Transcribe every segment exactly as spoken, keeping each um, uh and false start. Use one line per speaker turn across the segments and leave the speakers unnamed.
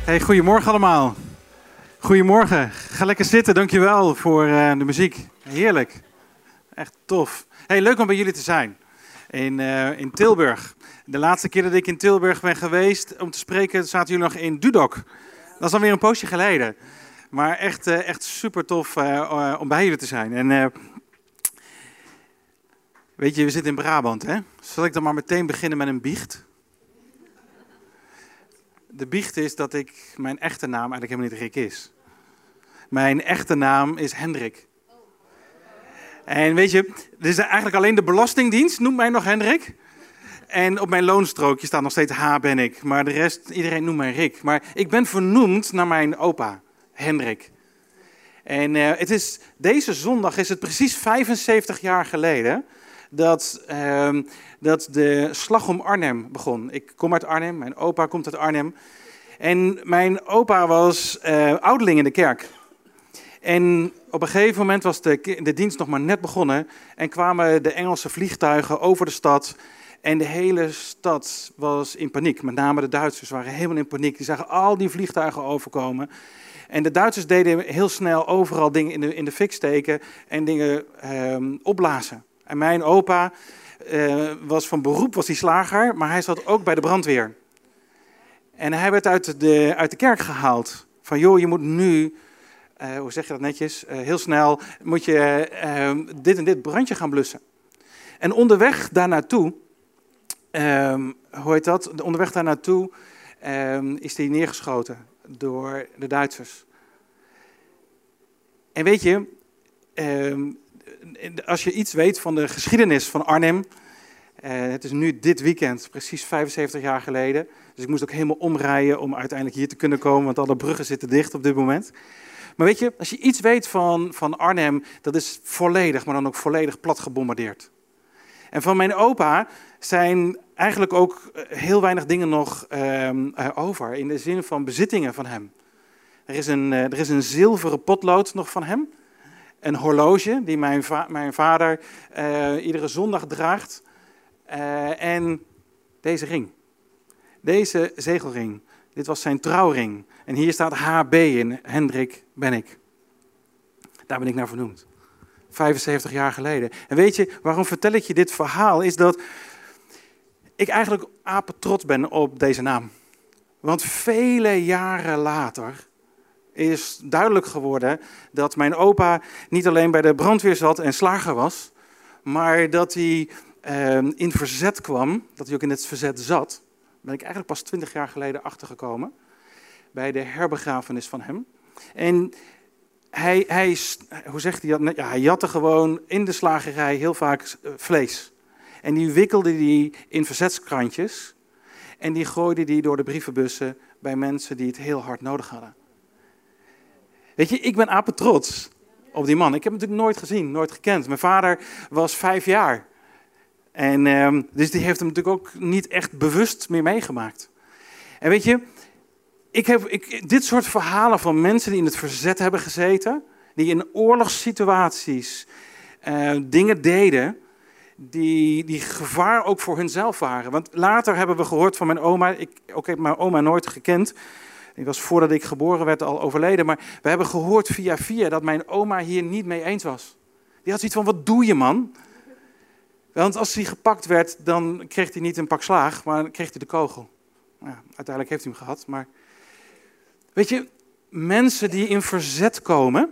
Hey, goedemorgen allemaal. Goedemorgen. Ga lekker zitten, dankjewel voor uh, de muziek. Heerlijk. Echt tof. Hey, leuk om bij jullie te zijn. In, uh, in Tilburg. De laatste keer dat ik in Tilburg ben geweest om te spreken, zaten jullie nog in Dudok. Dat is alweer een poosje geleden. Maar echt, uh, echt super tof uh, uh, om bij jullie te zijn. En uh, weet je, we zitten in Brabant, hè? Zal ik dan maar meteen beginnen met een biecht? De biecht is dat ik mijn echte naam eigenlijk helemaal niet Rick is. Mijn echte naam is Hendrik. En weet je, dit is eigenlijk alleen de Belastingdienst noemt mij nog Hendrik. En op mijn loonstrookje staat nog steeds H ben ik. Maar de rest, iedereen noemt mij Rick. Maar ik ben vernoemd naar mijn opa, Hendrik. En uh, het is, deze zondag is het precies vijfenzeventig jaar geleden dat, uh, dat de slag om Arnhem begon. Ik kom uit Arnhem, mijn opa komt uit Arnhem. En mijn opa was uh, ouderling in de kerk. En op een gegeven moment was de, de dienst nog maar net begonnen en kwamen de Engelse vliegtuigen over de stad. En de hele stad was in paniek. Met name de Duitsers waren helemaal in paniek. Die zagen al die vliegtuigen overkomen. En de Duitsers deden heel snel overal dingen in de, in de fik steken en dingen um, opblazen. En mijn opa uh, was van beroep was hij slager, maar hij zat ook bij de brandweer. En hij werd uit de, uit de kerk gehaald. Van joh, je moet nu, uh, hoe zeg je dat netjes, uh, heel snel moet je uh, dit en dit brandje gaan blussen. En onderweg daar naartoe, um, hoe heet dat? Onderweg daar naartoe um, is hij neergeschoten door de Duitsers. En weet je, um, als je iets weet van de geschiedenis van Arnhem, uh, het is nu dit weekend, precies vijfenzeventig jaar geleden. Dus ik moest ook helemaal omrijden om uiteindelijk hier te kunnen komen, want alle bruggen zitten dicht op dit moment. Maar weet je, als je iets weet van, van Arnhem, dat is volledig, maar dan ook volledig plat gebombardeerd. En van mijn opa zijn eigenlijk ook heel weinig dingen nog uh, uh, over, in de zin van bezittingen van hem. Er is een, uh, er is een zilveren potlood nog van hem. Een horloge die mijn, va- mijn vader uh, iedere zondag draagt. Uh, en deze ring. Deze zegelring. Dit was zijn trouwring. En hier staat H B in. Hendrik ben ik. Daar ben ik naar vernoemd. vijfenzeventig jaar geleden. En weet je, waarom vertel ik je dit verhaal? Is dat ik eigenlijk apetrots ben op deze naam. Want vele jaren later is duidelijk geworden dat mijn opa niet alleen bij de brandweer zat en slager was, maar dat hij uh, in verzet kwam, dat hij ook in het verzet zat. Daar ben ik eigenlijk pas twintig jaar geleden achtergekomen, bij de herbegrafenis van hem. En hij, hij hoe zegt hij dat? Ja, hij jatte gewoon in de slagerij heel vaak vlees. En die wikkelde hij in verzetskrantjes en die gooide hij door de brievenbussen bij mensen die het heel hard nodig hadden. Weet je, ik ben apetrots op die man. Ik heb hem natuurlijk nooit gezien, nooit gekend. Mijn vader was vijf jaar. En um, dus die heeft hem natuurlijk ook niet echt bewust meer meegemaakt. En weet je, ik heb ik, dit soort verhalen van mensen die in het verzet hebben gezeten, die in oorlogssituaties uh, dingen deden, die, die gevaar ook voor hunzelf waren. Want later hebben we gehoord van mijn oma, ik ook heb mijn oma nooit gekend. Die was voordat ik geboren werd al overleden. Maar we hebben gehoord via via dat mijn oma hier niet mee eens was. Die had zoiets van, wat doe je man? Want als hij gepakt werd, dan kreeg hij niet een pak slaag, maar dan kreeg hij de kogel. Nou, uiteindelijk heeft hij hem gehad. Maar weet je, mensen die in verzet komen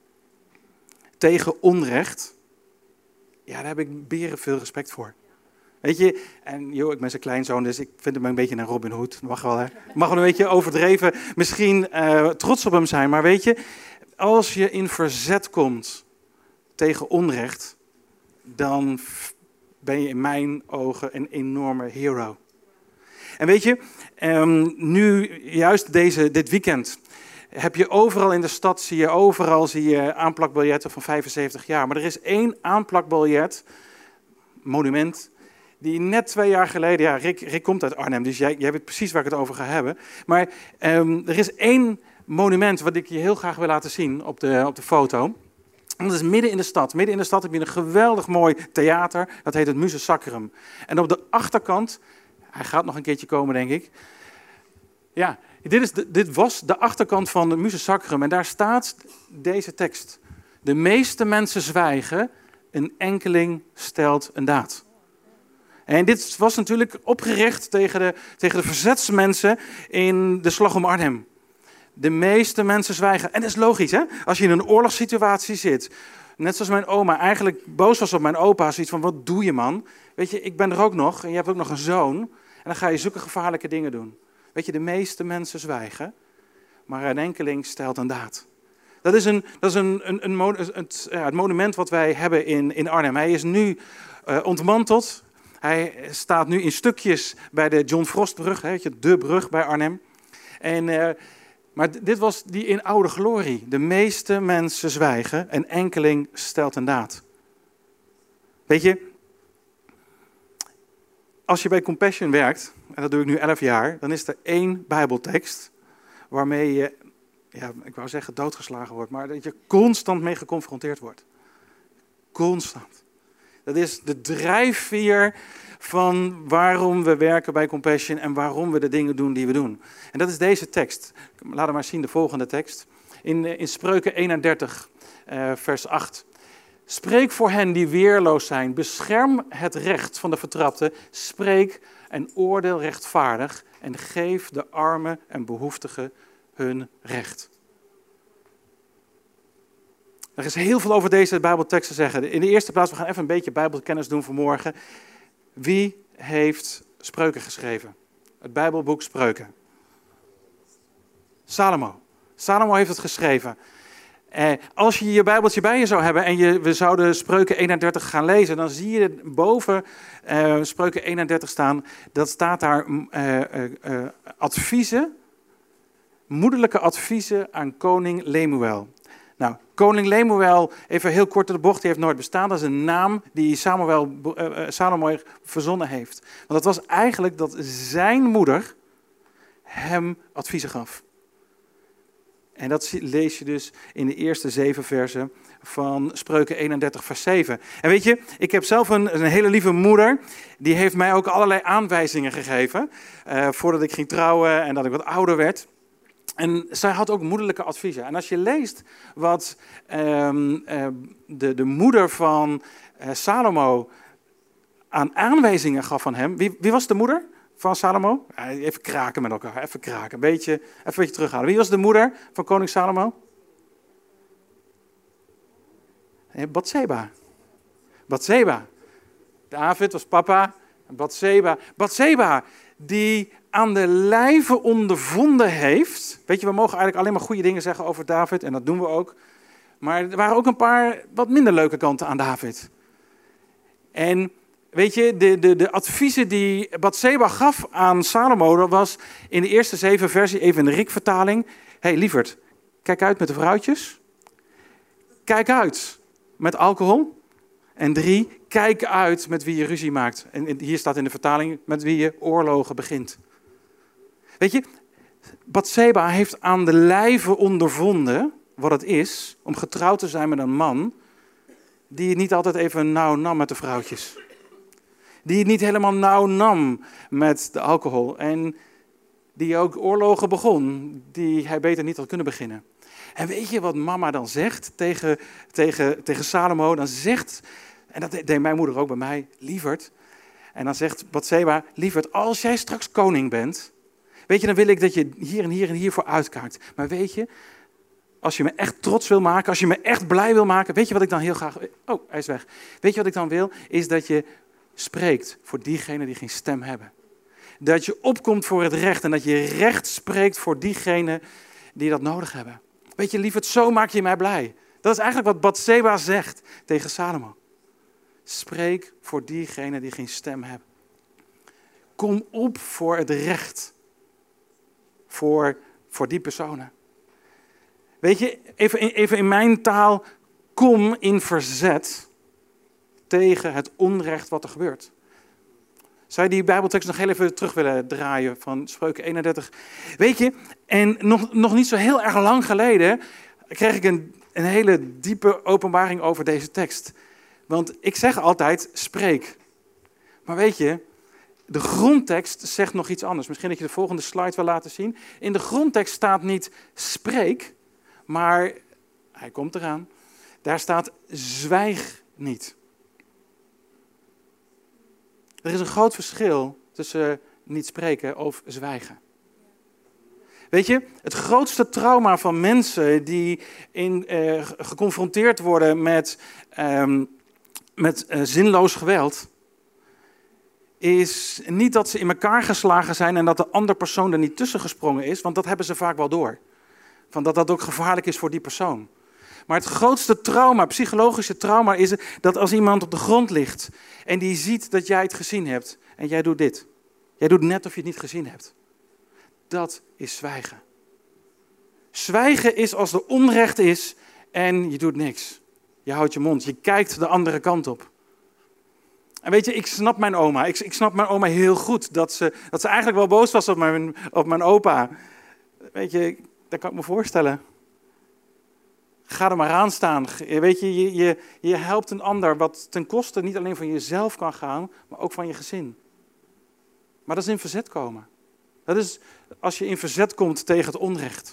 tegen onrecht, ja, daar heb ik beren veel respect voor. Weet je, en joh, ik ben zijn kleinzoon, dus ik vind hem een beetje een Robin Hood. Dat mag wel, hè? Mag wel een beetje overdreven, misschien uh, trots op hem zijn. Maar weet je, als je in verzet komt tegen onrecht, dan ben je in mijn ogen een enorme hero. En weet je, um, nu juist deze, dit weekend heb je overal in de stad, zie je overal zie je aanplakbiljetten van vijfenzeventig jaar. Maar er is één aanplakbiljet, monument, die net twee jaar geleden, ja, Rick, Rick komt uit Arnhem, dus jij, jij weet precies waar ik het over ga hebben. Maar um, er is één monument wat ik je heel graag wil laten zien op de, op de foto. En dat is midden in de stad. Midden in de stad heb je een geweldig mooi theater, dat heet het Muse Sacrum. En op de achterkant, hij gaat nog een keertje komen denk ik, ja, Dit, is de, dit was de achterkant van de Muses Sacrum en daar staat deze tekst. De meeste mensen zwijgen, een enkeling stelt een daad. En dit was natuurlijk opgericht tegen de, tegen de verzetsmensen in de slag om Arnhem. De meeste mensen zwijgen. En dat is logisch, hè? Als je in een oorlogssituatie zit. Net zoals mijn oma eigenlijk boos was op mijn opa. Zoiets van, wat doe je, man? Weet je, ik ben er ook nog. En je hebt ook nog een zoon. En dan ga je zulke gevaarlijke dingen doen. Weet je, de meeste mensen zwijgen. Maar een enkeling stelt een daad. Dat is, een, dat is een, een, een, een, het, ja, het monument wat wij hebben in, in Arnhem. Hij is nu uh, ontmanteld. Hij staat nu in stukjes bij de John Frostbrug. Hè, de brug bij Arnhem. En... Uh, Maar dit was die in oude glorie. De meeste mensen zwijgen, een enkeling stelt een daad. Weet je, als je bij Compassion werkt, en dat doe ik nu elf jaar, dan is er één Bijbeltekst waarmee je, ja, ik wou zeggen doodgeslagen wordt, maar dat je constant mee geconfronteerd wordt. Constant. Dat is de drijfveer van waarom we werken bij Compassion en waarom we de dingen doen die we doen. En dat is deze tekst. Laten we maar zien de volgende tekst. In, in Spreuken eenendertig, uh, vers acht. Spreek voor hen die weerloos zijn. Bescherm het recht van de vertrapte. Spreek en oordeel rechtvaardig. En geef de armen en behoeftigen hun recht. Er is heel veel over deze Bijbeltekst te zeggen. In de eerste plaats, we gaan even een beetje Bijbelkennis doen vanmorgen. Wie heeft Spreuken geschreven? Het Bijbelboek Spreuken. Salomo. Salomo heeft het geschreven. Eh, als je je Bijbeltje bij je zou hebben en je, we zouden Spreuken eenendertig gaan lezen, dan zie je boven uh, Spreuken eenendertig staan, dat staat daar uh, uh, uh, adviezen, moederlijke adviezen aan koning Lemuel. Nou, koning Lemuel, even heel kort de bocht, die heeft nooit bestaan. Dat is een naam die Samuel, uh, Salomo verzonnen heeft. Want dat was eigenlijk dat zijn moeder hem adviezen gaf. En dat lees je dus in de eerste zeven versen van Spreuken eenendertig vers zeven. En weet je, ik heb zelf een, een hele lieve moeder. Die heeft mij ook allerlei aanwijzingen gegeven. Uh, voordat ik ging trouwen en dat ik wat ouder werd. En zij had ook moederlijke adviezen. En als je leest wat um, uh, de, de moeder van uh, Salomo aan aanwijzingen gaf van hem. Wie, wie was de moeder van Salomo? Even kraken met elkaar, even kraken. Een beetje, even een beetje terughalen. Wie was de moeder van koning Salomo? Batseba. Batseba. David was papa. Batseba. Batseba, die aan de lijve ondervonden heeft. Weet je, we mogen eigenlijk alleen maar goede dingen zeggen over David. En dat doen we ook. Maar er waren ook een paar wat minder leuke kanten aan David. En weet je, de, de, de adviezen die Batseba gaf aan Salomo, dat was in de eerste zeven versie, even in de Riek-vertaling. Hé, hey, lieverd, kijk uit met de vrouwtjes. Kijk uit met alcohol. En drie, kijk uit met wie je ruzie maakt. En hier staat in de vertaling, met wie je oorlogen begint. Weet je, Batseba heeft aan de lijve ondervonden wat het is om getrouwd te zijn met een man die het niet altijd even nauw nam met de vrouwtjes. Die het niet helemaal nauw nam met de alcohol. En die ook oorlogen begon die hij beter niet had kunnen beginnen. En weet je wat mama dan zegt tegen, tegen, tegen Salomo? Dan zegt, en dat deed mijn moeder ook bij mij, lieverd. En dan zegt Batseba, lieverd, als jij straks koning bent, weet je, dan wil ik dat je hier en hier en hier voor uitkijkt. Maar weet je, als je me echt trots wil maken, als je me echt blij wil maken, weet je wat ik dan heel graag... Oh, hij is weg. Weet je wat ik dan wil? Is dat je spreekt voor diegenen die geen stem hebben. Dat je opkomt voor het recht en dat je recht spreekt voor diegenen die dat nodig hebben. Weet je, lieverd, zo maak je mij blij. Dat is eigenlijk wat Batseba zegt tegen Salomo. Spreek voor diegenen die geen stem hebben. Kom op voor het recht. Voor, voor die personen. Weet je, even, even in mijn taal, kom in verzet tegen het onrecht wat er gebeurt. Zou je die Bijbeltekst nog heel even terug willen draaien van Spreuken eenendertig? Weet je, en nog, nog niet zo heel erg lang geleden kreeg ik een, een hele diepe openbaring over deze tekst. Want ik zeg altijd, spreek. Maar weet je, de grondtekst zegt nog iets anders. Misschien dat je de volgende slide wil laten zien. In de grondtekst staat niet spreek, maar hij komt eraan. Daar staat zwijg niet. Er is een groot verschil tussen niet spreken of zwijgen. Weet je, het grootste trauma van mensen die in, eh, geconfronteerd worden met, eh, met eh, zinloos geweld, is niet dat ze in elkaar geslagen zijn en dat de andere persoon er niet tussen gesprongen is, want dat hebben ze vaak wel door. Van dat dat ook gevaarlijk is voor die persoon. Maar het grootste trauma, psychologische trauma, is dat als iemand op de grond ligt en die ziet dat jij het gezien hebt en jij doet dit. Jij doet net of je het niet gezien hebt. Dat is zwijgen. Zwijgen is als er onrecht is en je doet niks. Je houdt je mond, je kijkt de andere kant op. En weet je, ik snap mijn oma. Ik, ik snap mijn oma heel goed. Dat ze, dat ze eigenlijk wel boos was op mijn, op mijn opa. Weet je, dat kan ik me voorstellen. Ga er maar aan staan. Weet je, je, je, je helpt een ander wat ten koste niet alleen van jezelf kan gaan, maar ook van je gezin. Maar dat is in verzet komen. Dat is als je in verzet komt tegen het onrecht.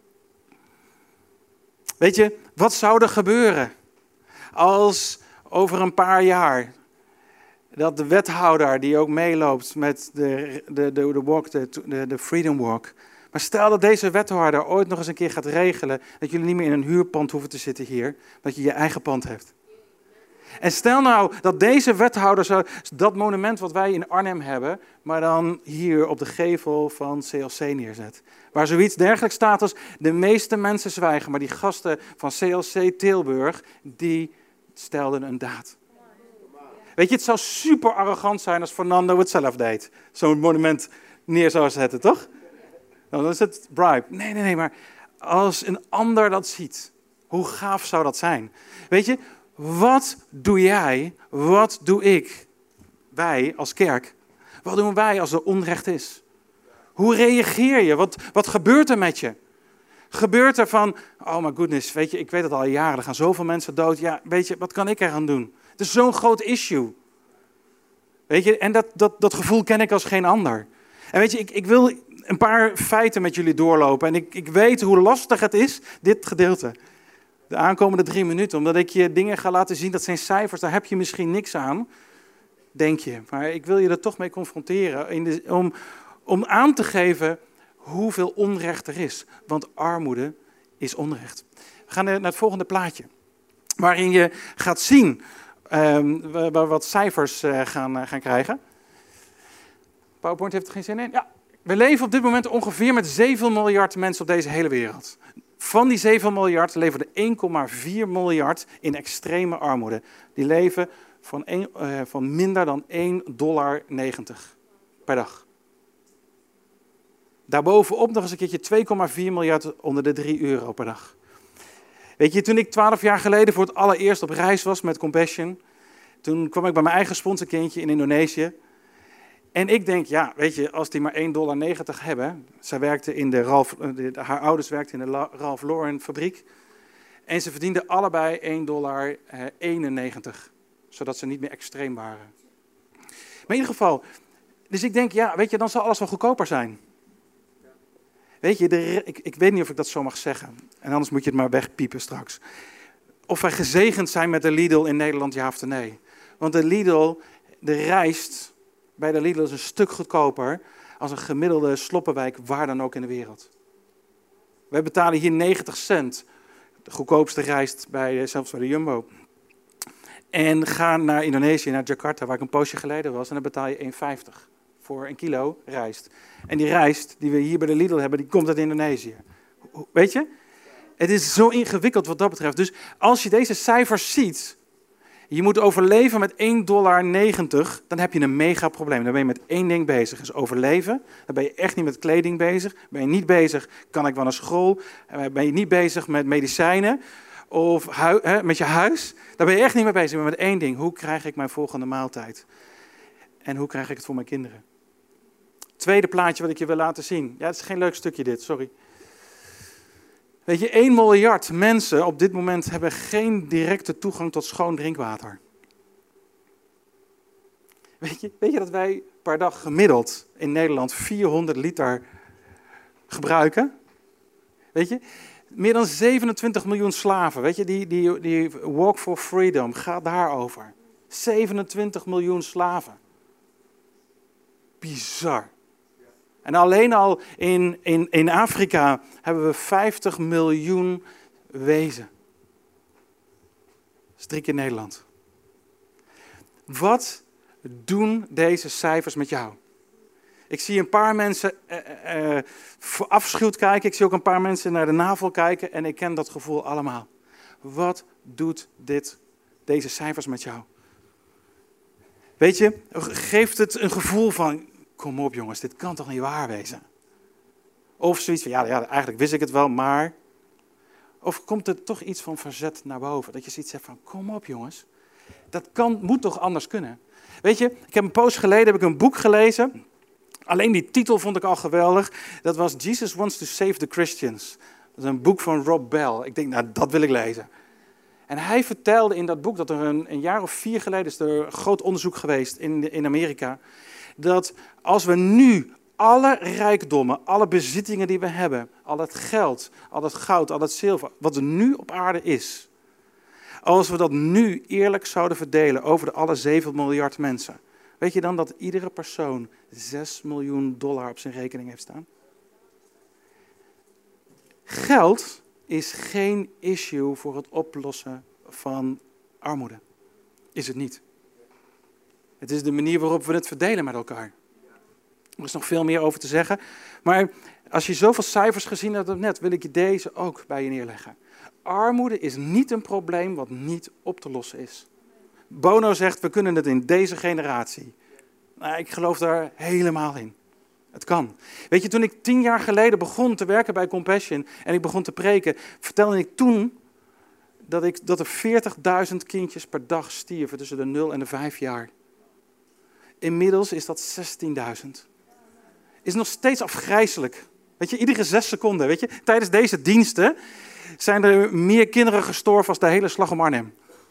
Weet je, wat zou er gebeuren als over een paar jaar dat de wethouder die ook meeloopt met de, de, de, de, walk, de, de, de Freedom Walk. Maar stel dat deze wethouder ooit nog eens een keer gaat regelen dat jullie niet meer in een huurpand hoeven te zitten hier, dat je je eigen pand hebt. En stel nou dat deze wethouder zo, dat monument wat wij in Arnhem hebben, maar dan hier op de gevel van C L C neerzet. Waar zoiets dergelijks staat als de meeste mensen zwijgen, maar die gasten van C L C Tilburg, die stelden een daad. Weet je, het zou super arrogant zijn als Fernando het zelf deed. Zo'n monument neer zou zetten, toch? Nou, dan is het bribe. Nee, nee, nee, maar als een ander dat ziet, hoe gaaf zou dat zijn? Weet je, wat doe jij, wat doe ik, wij als kerk, wat doen wij als er onrecht is? Hoe reageer je? Wat, wat gebeurt er met je? Gebeurt er van, oh my goodness, weet je, ik weet het al jaren, er gaan zoveel mensen dood. Ja, weet je, wat kan ik eraan doen? Het is zo'n groot issue. Weet je, en dat, dat, dat gevoel ken ik als geen ander. En weet je, ik, ik wil een paar feiten met jullie doorlopen. En ik, ik weet hoe lastig het is, dit gedeelte. De aankomende drie minuten. Omdat ik je dingen ga laten zien, dat zijn cijfers, daar heb je misschien niks aan. Denk je. Maar ik wil je er toch mee confronteren. In de, om, om aan te geven hoeveel onrecht er is. Want armoede is onrecht. We gaan naar het volgende plaatje. Waarin je gaat zien um, waar we wat cijfers uh, gaan, uh, gaan krijgen. PowerPoint heeft er geen zin in. Ja, we leven op dit moment ongeveer met zeven miljard mensen op deze hele wereld. Van die zeven miljard leven er één komma vier miljard in extreme armoede. Die leven van, een, uh, van minder dan één dollar negentig per dag. Daarbovenop nog eens een keertje twee komma vier miljard onder de drie euro per dag. Weet je, toen ik twaalf jaar geleden voor het allereerst op reis was met Compassion, toen kwam ik bij mijn eigen sponsorkindje in Indonesië. En ik denk, ja, weet je, als die maar één dollar negentig hebben. Zij werkte in de Ralph, de, haar ouders werkten in de Ralph Lauren fabriek. En ze verdienden allebei één dollar eenennegentig. Zodat ze niet meer extreem waren. Maar in ieder geval, dus ik denk, ja, weet je, dan zal alles wel goedkoper zijn. Weet je, de, ik, ik weet niet of ik dat zo mag zeggen. En anders moet je het maar wegpiepen straks. Of wij gezegend zijn met de Lidl in Nederland, ja of nee. Want de Lidl, de rijst bij de Lidl is een stuk goedkoper als een gemiddelde sloppenwijk waar dan ook in de wereld. Wij betalen hier negentig cent, de goedkoopste rijst bij, zelfs bij de Jumbo. En gaan naar Indonesië, naar Jakarta, waar ik een poosje geleden was, en dan betaal je één vijftig voor een kilo rijst. En die rijst die we hier bij de Lidl hebben, die komt uit Indonesië. Weet je? Het is zo ingewikkeld wat dat betreft. Dus als je deze cijfers ziet, je moet overleven met één dollar negentig, dan heb je een mega probleem. Dan ben je met één ding bezig, is overleven. Dan ben je echt niet met kleding bezig. Ben je niet bezig, kan ik wel naar school. Ben je niet bezig met medicijnen of hu- hè, met je huis. Daar ben je echt niet mee bezig. Maar met één ding, hoe krijg ik mijn volgende maaltijd? En hoe krijg ik het voor mijn kinderen? Tweede plaatje wat ik je wil laten zien. Ja, het is geen leuk stukje dit, sorry. Weet je, één miljard mensen op dit moment hebben geen directe toegang tot schoon drinkwater. Weet je, weet je dat wij per dag gemiddeld in Nederland vierhonderd liter gebruiken. Weet je, meer dan zevenentwintig miljoen slaven. Weet je, die, die, die Walk for Freedom gaat daarover. zevenentwintig miljoen slaven. Bizar. En alleen al in, in, in Afrika hebben we vijftig miljoen wezen. Dat is drie keer Nederland. Wat doen deze cijfers met jou? Ik zie een paar mensen uh, uh, verafschuwd kijken. Ik zie ook een paar mensen naar de navel kijken. En ik ken dat gevoel allemaal. Wat doet dit, deze cijfers met jou? Weet je, geeft het een gevoel van... Kom op jongens, dit kan toch niet waar wezen? Of zoiets van, ja, ja, eigenlijk wist ik het wel, maar... Of komt er toch iets van verzet naar boven? Dat je zoiets zegt van, kom op jongens. Dat kan, moet toch anders kunnen? Weet je, ik heb een poos geleden heb ik een boek gelezen. Alleen die titel vond ik al geweldig. Dat was Jesus Wants to Save the Christians. Dat is een boek van Rob Bell. Ik denk, nou, dat wil ik lezen. En hij vertelde in dat boek dat er een, een jaar of vier geleden is er een groot onderzoek geweest in, in Amerika. Dat als we nu alle rijkdommen, alle bezittingen die we hebben, al het geld, al het goud, al het zilver, wat er nu op aarde is. Als we dat nu eerlijk zouden verdelen over de alle zeven miljard mensen. Weet je dan dat iedere persoon zes miljoen dollar op zijn rekening heeft staan? Geld is geen issue voor het oplossen van armoede. Is het niet. Het is de manier waarop we het verdelen met elkaar. Er is nog veel meer over te zeggen. Maar als je zoveel cijfers gezien hebt net, wil ik je deze ook bij je neerleggen. Armoede is niet een probleem wat niet op te lossen is. Bono zegt, we kunnen het in deze generatie. Nou, ik geloof daar helemaal in. Het kan. Weet je, toen ik tien jaar geleden begon te werken bij Compassion en ik begon te preken, vertelde ik toen dat, ik, dat er veertigduizend kindjes per dag stierven tussen de nul en de vijf jaar. Inmiddels is dat zestienduizend. Is nog steeds afgrijselijk. Weet je, iedere zes seconden, weet je, tijdens deze diensten zijn er meer kinderen gestorven als de hele slag om Arnhem.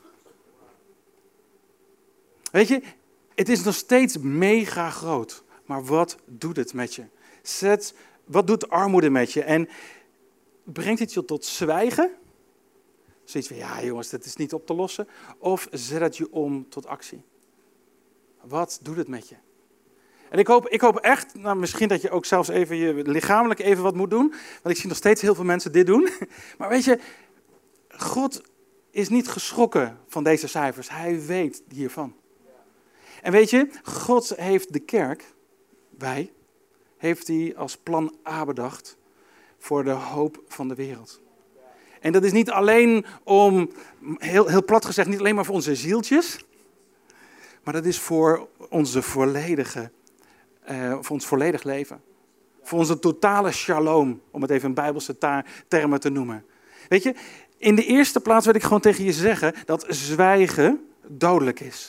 Weet je, het is nog steeds mega groot. Maar wat doet het met je? Zet, wat doet armoede met je? En brengt het je tot zwijgen? Zoiets van, ja jongens, dat is niet op te lossen. Of zet het je om tot actie? Wat doet het met je? En ik hoop, ik hoop echt, nou, misschien dat je ook zelfs even je lichamelijk even wat moet doen. Want ik zie nog steeds heel veel mensen dit doen. Maar weet je, God is niet geschrokken van deze cijfers. Hij weet hiervan. En weet je, God heeft de kerk, wij, heeft hij als plan A bedacht voor de hoop van de wereld. En dat is niet alleen om, heel, heel plat gezegd, niet alleen maar voor onze zieltjes. Maar dat is voor onze volledige, uh, voor ons volledig leven. Voor onze totale shalom, om het even in bijbelse ta- termen te noemen. Weet je, in de eerste plaats wil ik gewoon tegen je zeggen dat zwijgen dodelijk is.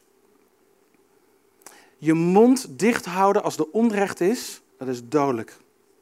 Je mond dicht houden als er onrecht is, dat is dodelijk.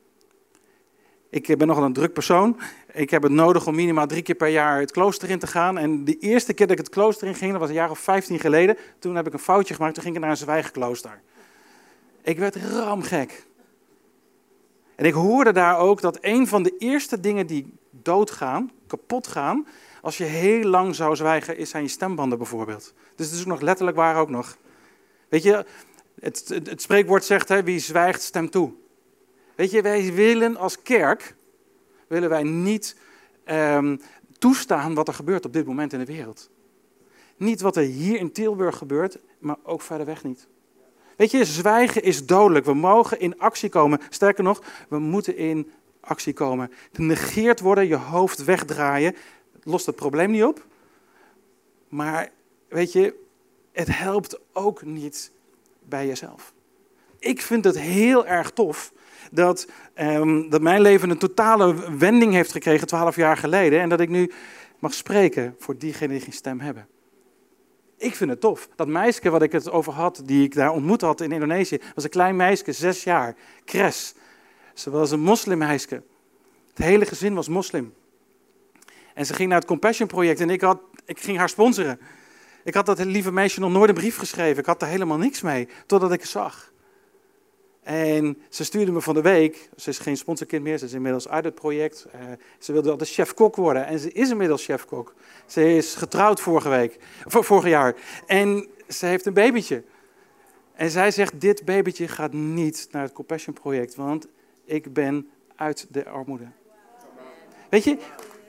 Ik ben nogal een druk persoon. Ik heb het nodig om minimaal drie keer per jaar het klooster in te gaan. En de eerste keer dat ik het klooster in ging, dat was een jaar of vijftien geleden. Toen heb ik een foutje gemaakt, toen ging ik naar een zwijgklooster. Ik werd ramgek. En ik hoorde daar ook dat een van de eerste dingen die doodgaan, kapot gaan, als je heel lang zou zwijgen, is zijn je stembanden bijvoorbeeld. Dus het is ook nog letterlijk waar ook nog. Weet je, het, het, het spreekwoord zegt, hè, wie zwijgt stemt toe. Weet je, wij willen als kerk, willen wij niet um, toestaan wat er gebeurt op dit moment in de wereld. Niet wat er hier in Tilburg gebeurt, maar ook verder weg niet. Weet je, zwijgen is dodelijk. We mogen in actie komen. Sterker nog, we moeten in actie komen. Genegeerd worden, je hoofd wegdraaien, lost het probleem niet op. Maar weet je, het helpt ook niet bij jezelf. Ik vind het heel erg tof dat, um, dat mijn leven een totale wending heeft gekregen twaalf jaar geleden. En dat ik nu mag spreken voor diegenen die geen stem hebben. Ik vind het tof. Dat meisje wat ik het over had, die ik daar ontmoet had in Indonesië, was een klein meisje, zes jaar, Kres. Ze was een moslimmeisje. Het hele gezin was moslim. En ze ging naar het Compassion project en ik, had, ik ging haar sponsoren. Ik had dat lieve meisje nog nooit een brief geschreven. Ik had er helemaal niks mee, totdat ik het zag. En ze stuurde me van de week, ze is geen sponsorkind meer, ze is inmiddels uit het project. Uh, ze wilde altijd chef-kok worden en ze is inmiddels chef-kok. Ze is getrouwd vorige week, vorig jaar en ze heeft een babytje. En zij zegt, dit babytje gaat niet naar het Compassion project, want ik ben uit de armoede. Weet je,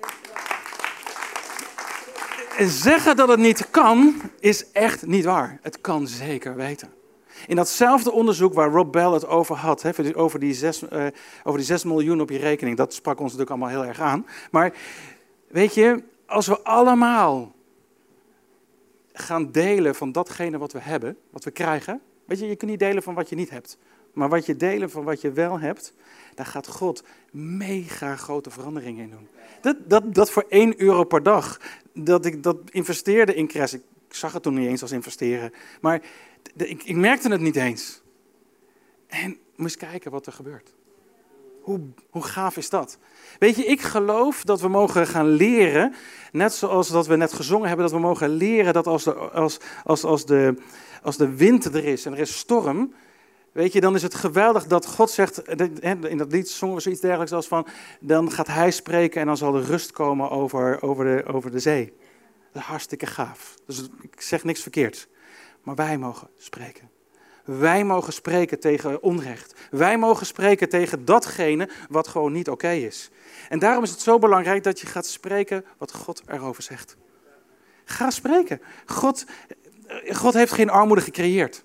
zeggen dat het niet kan, is echt niet waar. Het kan zeker weten. In datzelfde onderzoek waar Rob Bell het over had, hè, over, die zes, uh, over die zes miljoen op je rekening, dat sprak ons natuurlijk allemaal heel erg aan. Maar weet je, als we allemaal gaan delen van datgene wat we hebben, wat we krijgen. Weet je, je kunt niet delen van wat je niet hebt. Maar wat je delen van wat je wel hebt, daar gaat God mega grote veranderingen in doen. Dat, dat, dat voor één euro per dag, dat ik dat investeerde in Cres. Ik zag het toen niet eens als investeren. Maar de, ik, ik merkte het niet eens. En moest kijken wat er gebeurt. Hoe, hoe gaaf is dat? Weet je, ik geloof dat we mogen gaan leren, net zoals dat we net gezongen hebben, dat we mogen leren dat als de, als, als, als de, als de wind er is en er is storm, weet je, dan is het geweldig dat God zegt, in dat lied zongen we zoiets dergelijks als van, dan gaat hij spreken en dan zal er rust komen over, over, de, over de zee. Dat is hartstikke gaaf. Dus ik zeg niks verkeerds. Maar wij mogen spreken. Wij mogen spreken tegen onrecht. Wij mogen spreken tegen datgene wat gewoon niet oké is. En daarom is het zo belangrijk dat je gaat spreken wat God erover zegt. Ga spreken. God, God heeft geen armoede gecreëerd.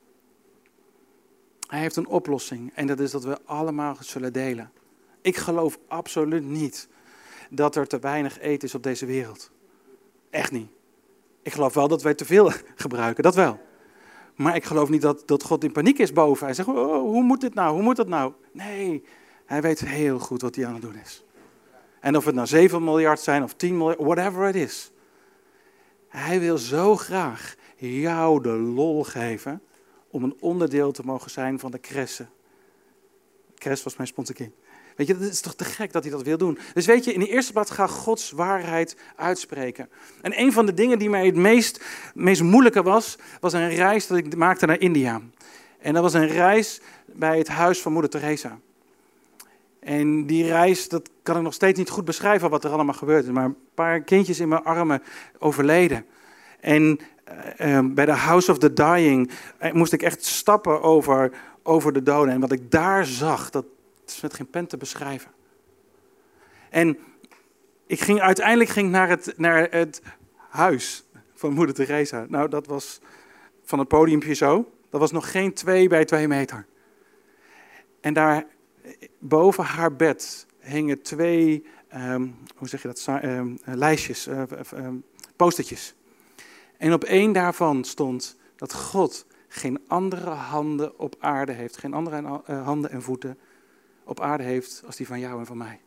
Hij heeft een oplossing en dat is dat we allemaal zullen delen. Ik geloof absoluut niet dat er te weinig eten is op deze wereld. Echt niet. Ik geloof wel dat wij te veel gebruiken, dat wel. Maar ik geloof niet dat, dat God in paniek is boven. Hij zegt, oh, hoe moet dit nou, hoe moet dat nou? Nee, hij weet heel goed wat hij aan het doen is. En of het nou zeven miljard zijn of tien miljard, whatever it is. Hij wil zo graag jou de lol geven om een onderdeel te mogen zijn van de Cresse. Cres was mijn sponsorkind. Weet je, dat is toch te gek dat hij dat wil doen. Dus weet je, in de eerste plaats ga Gods waarheid uitspreken. En een van de dingen die mij het meest, meest moeilijke was, was een reis dat ik maakte naar India. En dat was een reis bij het huis van moeder Teresa. En die reis, dat kan ik nog steeds niet goed beschrijven wat er allemaal gebeurd is. Maar een paar kindjes in mijn armen overleden. En uh, bij de House of the Dying uh, moest ik echt stappen over, over de doden. En wat ik daar zag, dat is met geen pen te beschrijven. En ik ging, uiteindelijk ging ik naar het, naar het huis van moeder Teresa. Nou, dat was van het podiumpje zo. Dat was nog geen twee bij twee meter. En daar boven haar bed hingen twee, um, hoe zeg je dat, um, lijstjes, uh, um, postertjes. En op één daarvan stond dat God geen andere handen op aarde heeft, geen andere uh, handen en voeten op aarde heeft als die van jou en van mij.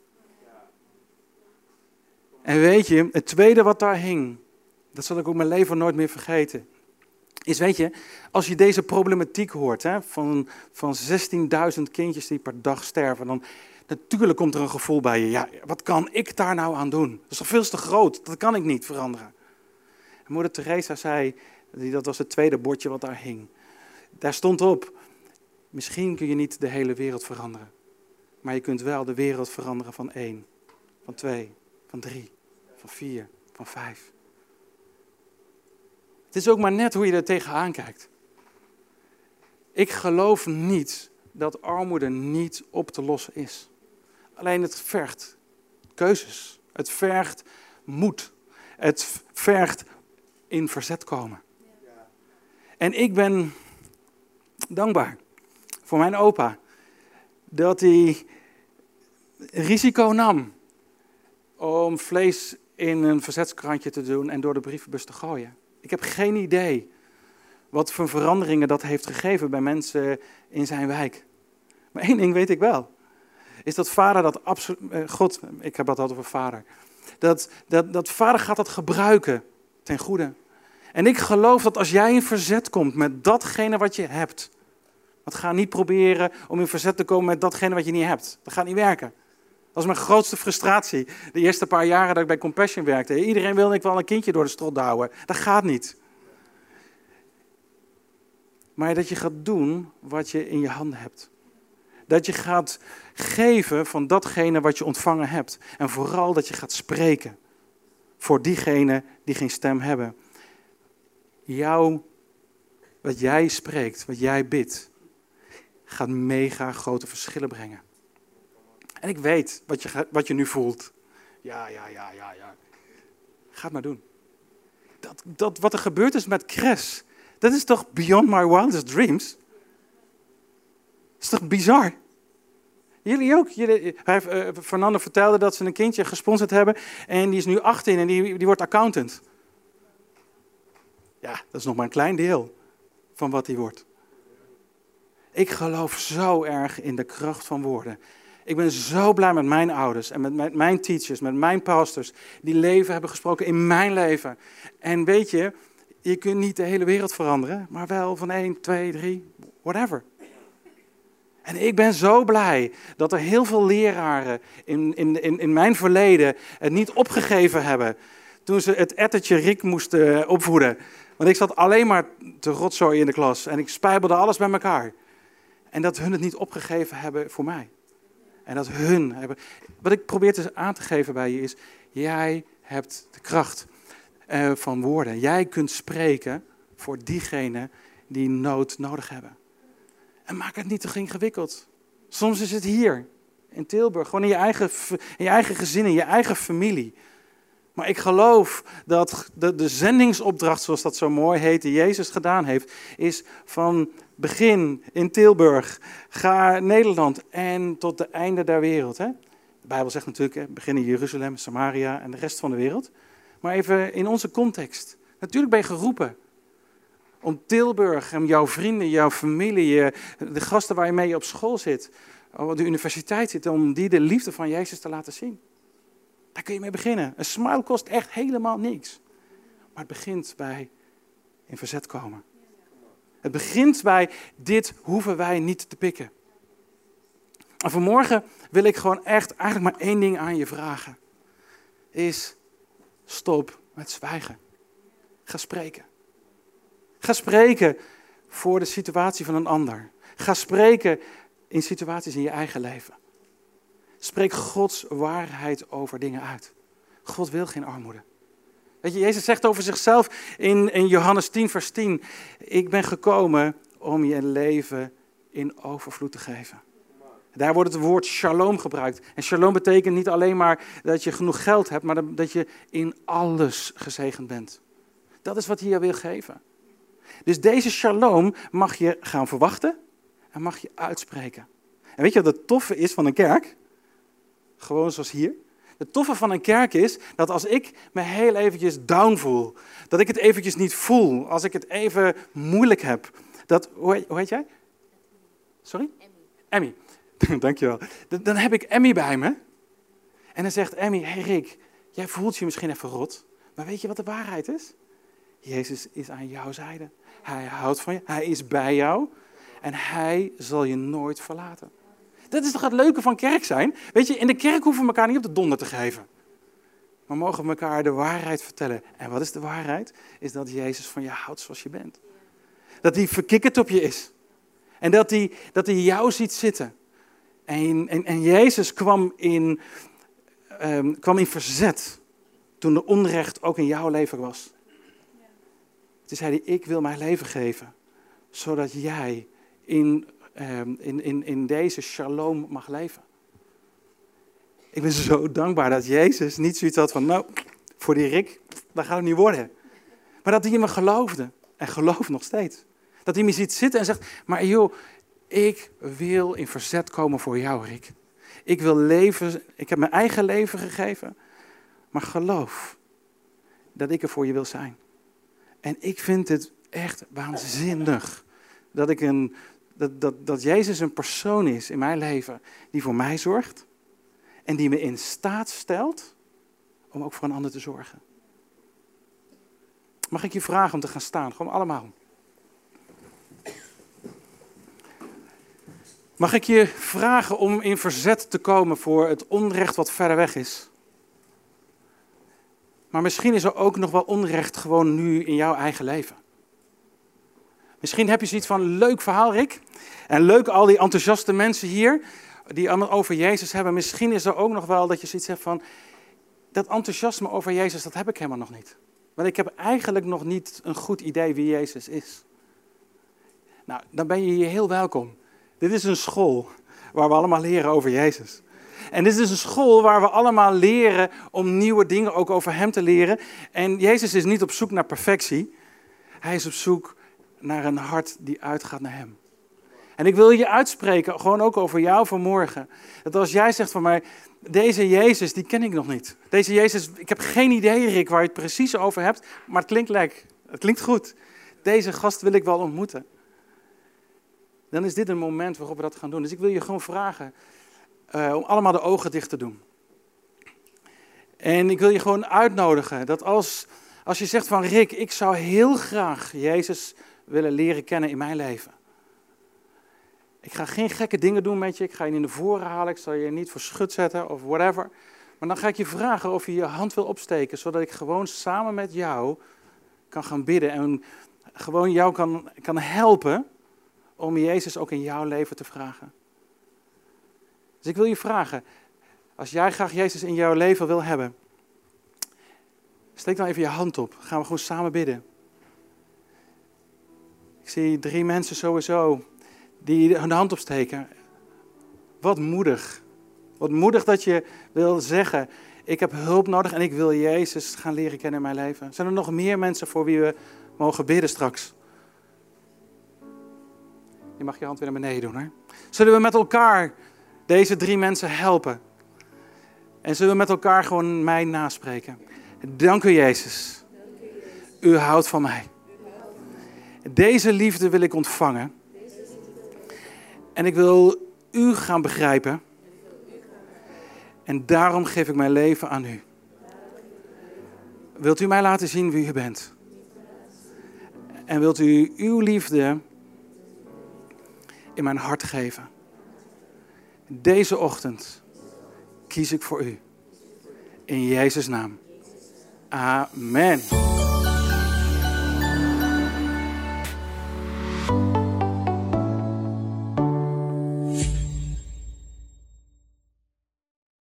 En weet je, het tweede wat daar hing, dat zal ik ook mijn leven nooit meer vergeten, is, weet je, als je deze problematiek hoort, hè, van, van zestienduizend kindjes die per dag sterven, dan natuurlijk komt er een gevoel bij je, ja, wat kan ik daar nou aan doen? Dat is toch veel te groot, dat kan ik niet veranderen. En moeder Teresa zei, dat was het tweede bordje wat daar hing. Daar stond op, misschien kun je niet de hele wereld veranderen. Maar je kunt wel de wereld veranderen van één, van twee, van drie, van vier, van vijf. Het is ook maar net hoe je er tegenaan kijkt. Ik geloof niet dat armoede niet op te lossen is. Alleen het vergt keuzes. Het vergt moed. Het vergt in verzet komen. En ik ben dankbaar voor mijn opa. Dat hij risico nam om vlees in een verzetskrantje te doen en door de brievenbus te gooien. Ik heb geen idee wat voor veranderingen dat heeft gegeven bij mensen in zijn wijk. Maar één ding weet ik wel. Is dat vader dat absoluut... God, ik heb het altijd over vader. Dat, dat, dat vader gaat dat gebruiken ten goede. En ik geloof dat als jij in verzet komt met datgene wat je hebt. Want ga niet proberen om in verzet te komen met datgene wat je niet hebt. Dat gaat niet werken. Dat was mijn grootste frustratie. De eerste paar jaren dat ik bij Compassion werkte. Iedereen wilde ik wel een kindje door de strot douwen. Dat gaat niet. Maar dat je gaat doen wat je in je handen hebt. Dat je gaat geven van datgene wat je ontvangen hebt. En vooral dat je gaat spreken voor diegenen die geen stem hebben. Jou, wat jij spreekt, wat jij bidt, gaat mega grote verschillen brengen. En ik weet wat je, wat je nu voelt. Ja, ja, ja, ja, ja. Ga het maar doen. Dat, dat, wat er gebeurd is met Cres, dat is toch beyond my wildest dreams? Dat is toch bizar? Jullie ook. Jullie, hij, uh, Fernando vertelde dat ze een kindje gesponsord hebben en die is nu achttien en die, die wordt accountant. Ja, dat is nog maar een klein deel van wat hij wordt. Ik geloof zo erg in de kracht van woorden. Ik ben zo blij met mijn ouders en met, met mijn teachers, met mijn pastors, die leven hebben gesproken in mijn leven. En weet je, je kunt niet de hele wereld veranderen, maar wel van één, twee, drie, whatever. En ik ben zo blij dat er heel veel leraren in, in, in, in mijn verleden het niet opgegeven hebben toen ze het ettertje Rick moesten opvoeden. Want ik zat alleen maar te rotzooien in de klas en ik spijbelde alles bij elkaar. En dat hun het niet opgegeven hebben voor mij. En dat hun hebben... Wat ik probeer te aan te geven bij je is, jij hebt de kracht uh, van woorden. Jij kunt spreken voor diegenen die nood nodig hebben. En maak het niet te ingewikkeld. Soms is het hier, in Tilburg, gewoon in je eigen, in je eigen gezin, in je eigen familie. Maar ik geloof dat de, de zendingsopdracht, zoals dat zo mooi heet, die Jezus gedaan heeft, is van begin in Tilburg, ga Nederland en tot de einde der wereld. Hè? De Bijbel zegt natuurlijk, hè, begin in Jeruzalem, Samaria en de rest van de wereld. Maar even in onze context. Natuurlijk ben je geroepen om Tilburg en jouw vrienden, jouw familie, de gasten waar je mee op school zit, op de universiteit zit, om die de liefde van Jezus te laten zien. Daar kun je mee beginnen. Een smile kost echt helemaal niks. Maar het begint bij in verzet komen. Het begint bij dit hoeven wij niet te pikken. En vanmorgen wil ik gewoon echt eigenlijk maar één ding aan je vragen. Is stop met zwijgen. Ga spreken. Ga spreken voor de situatie van een ander. Ga spreken in situaties in je eigen leven. Spreek Gods waarheid over dingen uit. God wil geen armoede. Weet je, Jezus zegt over zichzelf in, in Johannes tien vers tien. Ik ben gekomen om je een leven in overvloed te geven. Daar wordt het woord shalom gebruikt. En shalom betekent niet alleen maar dat je genoeg geld hebt, maar dat je in alles gezegend bent. Dat is wat hij je wil geven. Dus deze shalom mag je gaan verwachten en mag je uitspreken. En weet je wat het toffe is van een kerk? Gewoon zoals hier. Het toffe van een kerk is dat als ik me heel eventjes down voel, dat ik het eventjes niet voel, als ik het even moeilijk heb. Dat, hoe, hoe heet jij? Sorry? Emmy. Emmy. Dankjewel. Dan heb ik Emmy bij me. En dan zegt Emmy, hey Rick, jij voelt je misschien even rot, maar weet je wat de waarheid is? Jezus is aan jouw zijde. Hij houdt van je, hij is bij jou en hij zal je nooit verlaten. Dat is toch het leuke van kerk zijn? Weet je, in de kerk hoeven we elkaar niet op de donder te geven. Maar mogen we elkaar de waarheid vertellen. En wat is de waarheid? Is dat Jezus van je houdt zoals je bent. Dat hij verkikkerd op je is. En dat hij, dat hij jou ziet zitten. En, en, en Jezus kwam in, um, kwam in verzet toen de onrecht ook in jouw leven was. Toen zei hij, ik wil mijn leven geven. Zodat jij in... In, in, in deze shalom mag leven. Ik ben zo dankbaar dat Jezus niet zoiets had van, nou, voor die Rick, dat gaat het niet worden. Maar dat hij in me geloofde en gelooft nog steeds. Dat hij me ziet zitten en zegt, maar joh, ik wil in verzet komen voor jou, Rick. Ik wil leven, ik heb mijn eigen leven gegeven, maar geloof dat ik er voor je wil zijn. En ik vind het echt waanzinnig dat ik een... Dat, dat, dat Jezus een persoon is in mijn leven die voor mij zorgt. En die me in staat stelt om ook voor een ander te zorgen. Mag ik je vragen om te gaan staan? Gewoon allemaal. Mag ik je vragen om in verzet te komen voor het onrecht wat verder weg is? Maar misschien is er ook nog wel onrecht gewoon nu in jouw eigen leven. Misschien heb je zoiets van, leuk verhaal Rick. En leuk al die enthousiaste mensen hier, die allemaal over Jezus hebben. Misschien is er ook nog wel dat je zoiets hebt van, dat enthousiasme over Jezus, dat heb ik helemaal nog niet. Want ik heb eigenlijk nog niet een goed idee wie Jezus is. Nou, dan ben je hier heel welkom. Dit is een school waar we allemaal leren over Jezus. En dit is een school waar we allemaal leren om nieuwe dingen ook over hem te leren. En Jezus is niet op zoek naar perfectie. Hij is op zoek naar een hart die uitgaat naar hem. En ik wil je uitspreken, gewoon ook over jou vanmorgen. Dat als jij zegt van mij, deze Jezus, die ken ik nog niet. Deze Jezus, ik heb geen idee Rick waar je het precies over hebt. Maar het klinkt lekker, het klinkt goed. Deze gast wil ik wel ontmoeten. Dan is dit een moment waarop we dat gaan doen. Dus ik wil je gewoon vragen uh, om allemaal de ogen dicht te doen. En ik wil je gewoon uitnodigen dat als, als je zegt van Rick, ik zou heel graag Jezus willen leren kennen in mijn leven. Ik ga geen gekke dingen doen met je, ik ga je in de voren halen, ik zal je niet voor schut zetten of whatever. Maar dan ga ik je vragen of je je hand wil opsteken, zodat ik gewoon samen met jou kan gaan bidden en gewoon jou kan, kan helpen om Jezus ook in jouw leven te vragen. Dus ik wil je vragen, als jij graag Jezus in jouw leven wil hebben, steek dan even je hand op. Gaan we gewoon samen bidden. Ik zie drie mensen sowieso die hun hand opsteken. Wat moedig. Wat moedig dat je wil zeggen, ik heb hulp nodig en ik wil Jezus gaan leren kennen in mijn leven. Zijn er nog meer mensen voor wie we mogen bidden straks? Je mag je hand weer naar beneden doen. Hè? Zullen we met elkaar deze drie mensen helpen? En zullen we met elkaar gewoon mij naspreken? Dank u Jezus. U houdt van mij. Deze liefde wil ik ontvangen. En ik wil u gaan begrijpen. En daarom geef ik mijn leven aan u. Wilt u mij laten zien wie u bent? En wilt u uw liefde in mijn hart geven? Deze ochtend kies ik voor u. In Jezus' naam. Amen.